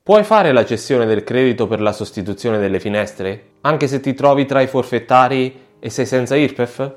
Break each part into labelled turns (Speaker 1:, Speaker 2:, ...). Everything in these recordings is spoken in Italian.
Speaker 1: Puoi fare la cessione del credito per la sostituzione delle finestre, anche se ti trovi tra i forfettari e sei senza IRPEF?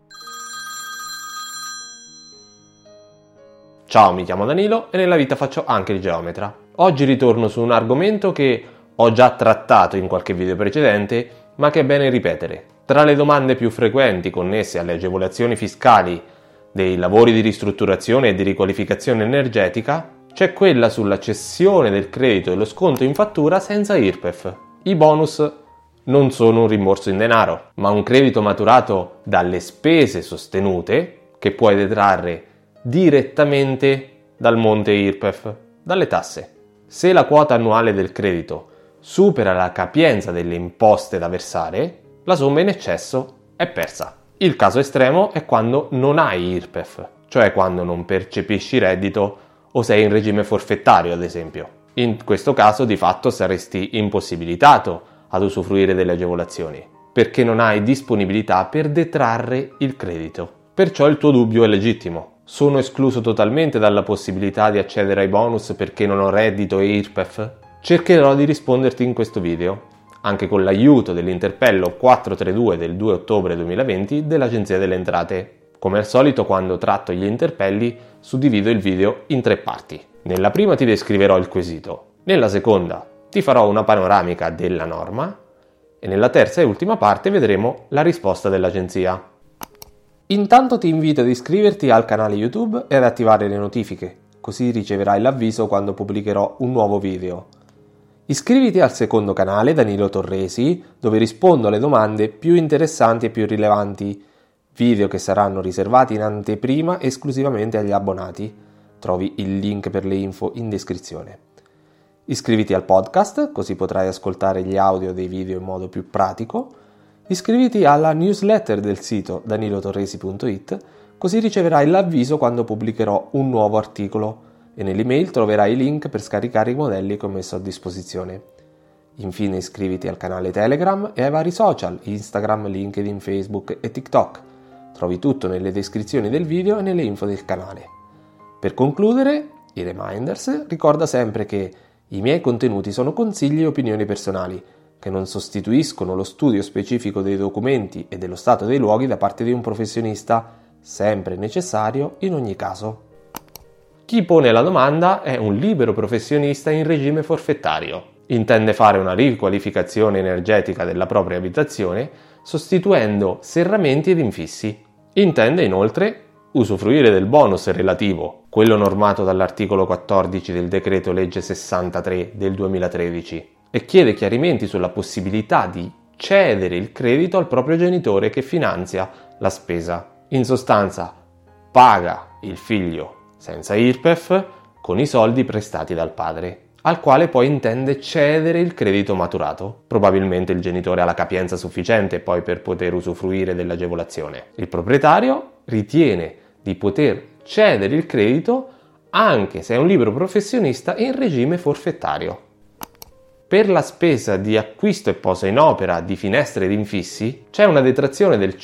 Speaker 1: Ciao, mi chiamo Danilo e nella vita faccio anche il geometra. Oggi ritorno su un argomento che ho già trattato in qualche video precedente, ma che è bene ripetere. Tra le domande più frequenti connesse alle agevolazioni fiscali dei lavori di ristrutturazione e di riqualificazione energetica, c'è quella sulla cessione del credito e lo sconto in fattura senza IRPEF. I bonus non sono un rimborso in denaro, ma un credito maturato dalle spese sostenute che puoi detrarre direttamente dal monte IRPEF, dalle tasse. Se la quota annuale del credito supera la capienza delle imposte da versare, la somma in eccesso è persa. Il caso estremo è quando non hai IRPEF, cioè quando non percepisci reddito o sei in regime forfettario, ad esempio. In questo caso, di fatto, saresti impossibilitato ad usufruire delle agevolazioni, perché non hai disponibilità per detrarre il credito. Perciò il tuo dubbio è legittimo. Sono escluso totalmente dalla possibilità di accedere ai bonus perché non ho reddito e IRPEF? Cercherò di risponderti in questo video, anche con l'aiuto dell'interpello 432 del 2 ottobre 2020 dell'Agenzia delle Entrate. Come al solito, quando tratto gli interpelli, suddivido il video in 3 parti. Nella prima ti descriverò il quesito, nella seconda ti farò una panoramica della norma e nella terza e ultima parte vedremo la risposta dell'agenzia. Intanto ti invito ad iscriverti al canale YouTube e ad attivare le notifiche, così riceverai l'avviso quando pubblicherò un nuovo video. Iscriviti al secondo canale, Danilo Torresi, dove rispondo alle domande più interessanti e più rilevanti, video che saranno riservati in anteprima esclusivamente agli abbonati. Trovi il link per le info in descrizione. Iscriviti al podcast, così potrai ascoltare gli audio dei video in modo più pratico. Iscriviti alla newsletter del sito danilotorresi.it, così riceverai l'avviso quando pubblicherò un nuovo articolo e nell'email troverai i link per scaricare i modelli che ho messo a disposizione. Infine iscriviti al canale Telegram e ai vari social, Instagram, LinkedIn, Facebook e TikTok. Trovi tutto nelle descrizioni del video e nelle info del canale. Per concludere, i reminders, ricorda sempre che i miei contenuti sono consigli e opinioni personali, che non sostituiscono lo studio specifico dei documenti e dello stato dei luoghi da parte di un professionista, sempre necessario in ogni caso. Chi pone la domanda è un libero professionista in regime forfettario. Intende fare una riqualificazione energetica della propria abitazione sostituendo serramenti ed infissi. Intende inoltre usufruire del bonus relativo, quello normato dall'articolo 14 del decreto legge 63 del 2013, e chiede chiarimenti sulla possibilità di cedere il credito al proprio genitore che finanzia la spesa. In sostanza, paga il figlio senza IRPEF con i soldi prestati dal padre, al quale poi intende cedere il credito maturato. Probabilmente il genitore ha la capienza sufficiente poi per poter usufruire dell'agevolazione. Il proprietario ritiene di poter cedere il credito anche se è un libero professionista in regime forfettario. Per la spesa di acquisto e posa in opera di finestre ed infissi c'è una detrazione del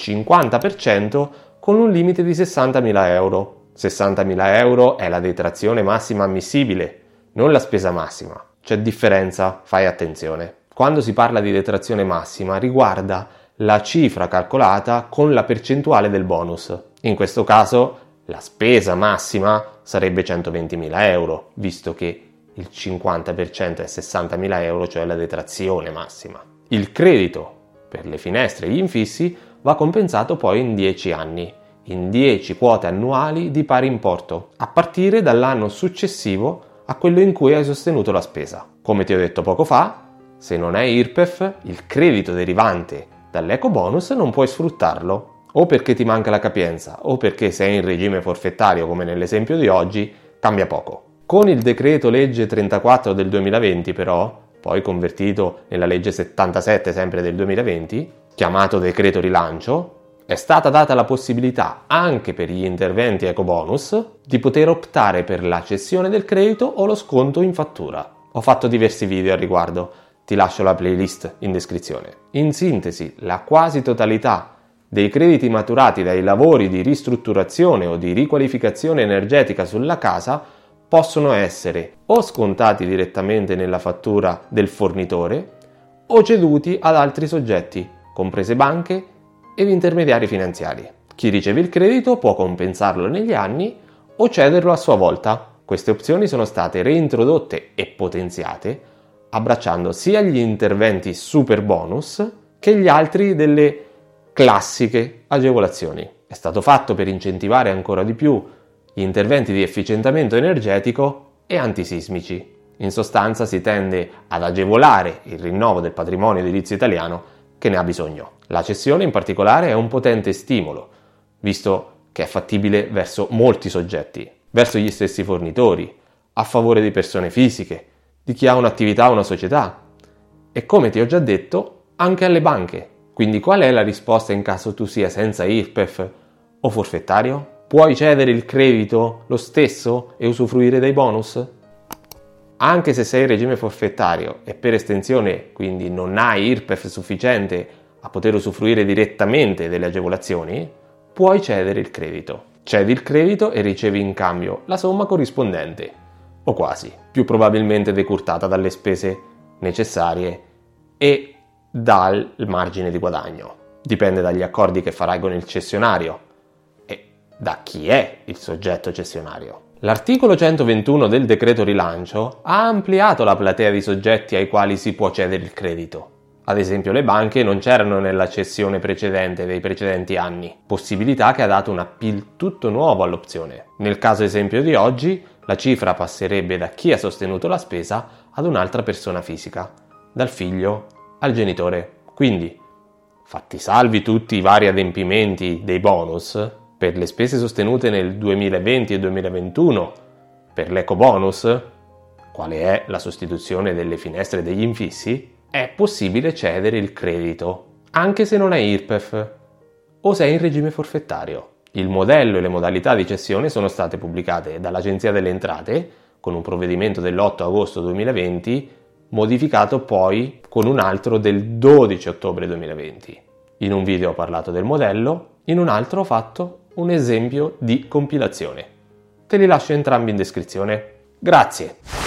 Speaker 1: 50% con un limite di 60.000 euro. 60.000 euro è la detrazione massima ammissibile, non la spesa massima. C'è differenza, fai attenzione. Quando si parla di detrazione massima riguarda la cifra calcolata con la percentuale del bonus. In questo caso la spesa massima sarebbe 120.000 euro, visto che il 50% è 60.000 euro, cioè la detrazione massima. Il credito per le finestre e gli infissi va compensato poi in 10 anni, in 10 quote annuali di pari importo, a partire dall'anno successivo a quello in cui hai sostenuto la spesa. Come ti ho detto poco fa, se non hai IRPEF, il credito derivante dall'ecobonus non puoi sfruttarlo, o perché ti manca la capienza, o perché sei in regime forfettario come nell'esempio di oggi, cambia poco. Con il decreto legge 34 del 2020 però, poi convertito nella legge 77 sempre del 2020, chiamato decreto rilancio, è stata data la possibilità anche per gli interventi ecobonus di poter optare per la cessione del credito o lo sconto in fattura. Ho fatto diversi video al riguardo, ti lascio la playlist in descrizione. In sintesi, la quasi totalità dei crediti maturati dai lavori di ristrutturazione o di riqualificazione energetica sulla casa possono essere o scontati direttamente nella fattura del fornitore o ceduti ad altri soggetti, comprese banche ed intermediari finanziari. Chi riceve il credito può compensarlo negli anni o cederlo a sua volta. Queste opzioni sono state reintrodotte e potenziate, abbracciando sia gli interventi super bonus che gli altri delle classiche agevolazioni. È stato fatto per incentivare ancora di più gli interventi di efficientamento energetico e antisismici. In sostanza si tende ad agevolare il rinnovo del patrimonio edilizio italiano che ne ha bisogno. La cessione in particolare è un potente stimolo, visto che è fattibile verso molti soggetti, verso gli stessi fornitori, a favore di persone fisiche, di chi ha un'attività o una società e, come ti ho già detto, anche alle banche. Quindi qual è la risposta in caso tu sia senza IRPEF o forfettario? Puoi cedere il credito lo stesso e usufruire dei bonus? Anche se sei in regime forfettario e per estensione quindi non hai IRPEF sufficiente a poter usufruire direttamente delle agevolazioni, puoi cedere il credito. Cedi il credito e ricevi in cambio la somma corrispondente, o quasi, più probabilmente decurtata dalle spese necessarie e dal margine di guadagno. Dipende dagli accordi che farai con il cessionario e da chi è il soggetto cessionario. L'articolo 121 del decreto rilancio ha ampliato la platea di soggetti ai quali si può cedere il credito. Ad esempio le banche non c'erano nella cessione precedente dei precedenti anni, possibilità che ha dato un appeal tutto nuovo all'opzione. Nel caso esempio di oggi, la cifra passerebbe da chi ha sostenuto la spesa ad un'altra persona fisica, dal figlio al genitore. Quindi, fatti salvi tutti i vari adempimenti dei bonus, per le spese sostenute nel 2020 e 2021, per l'ecobonus, quale è la sostituzione delle finestre degli infissi, è possibile cedere il credito, anche se non hai IRPEF o sei in regime forfettario. Il modello e le modalità di cessione sono state pubblicate dall'Agenzia delle Entrate con un provvedimento dell'8 agosto 2020, modificato poi con un altro del 12 ottobre 2020. In un video ho parlato del modello, in un altro ho fatto un esempio di compilazione. Te li lascio entrambi in descrizione. Grazie!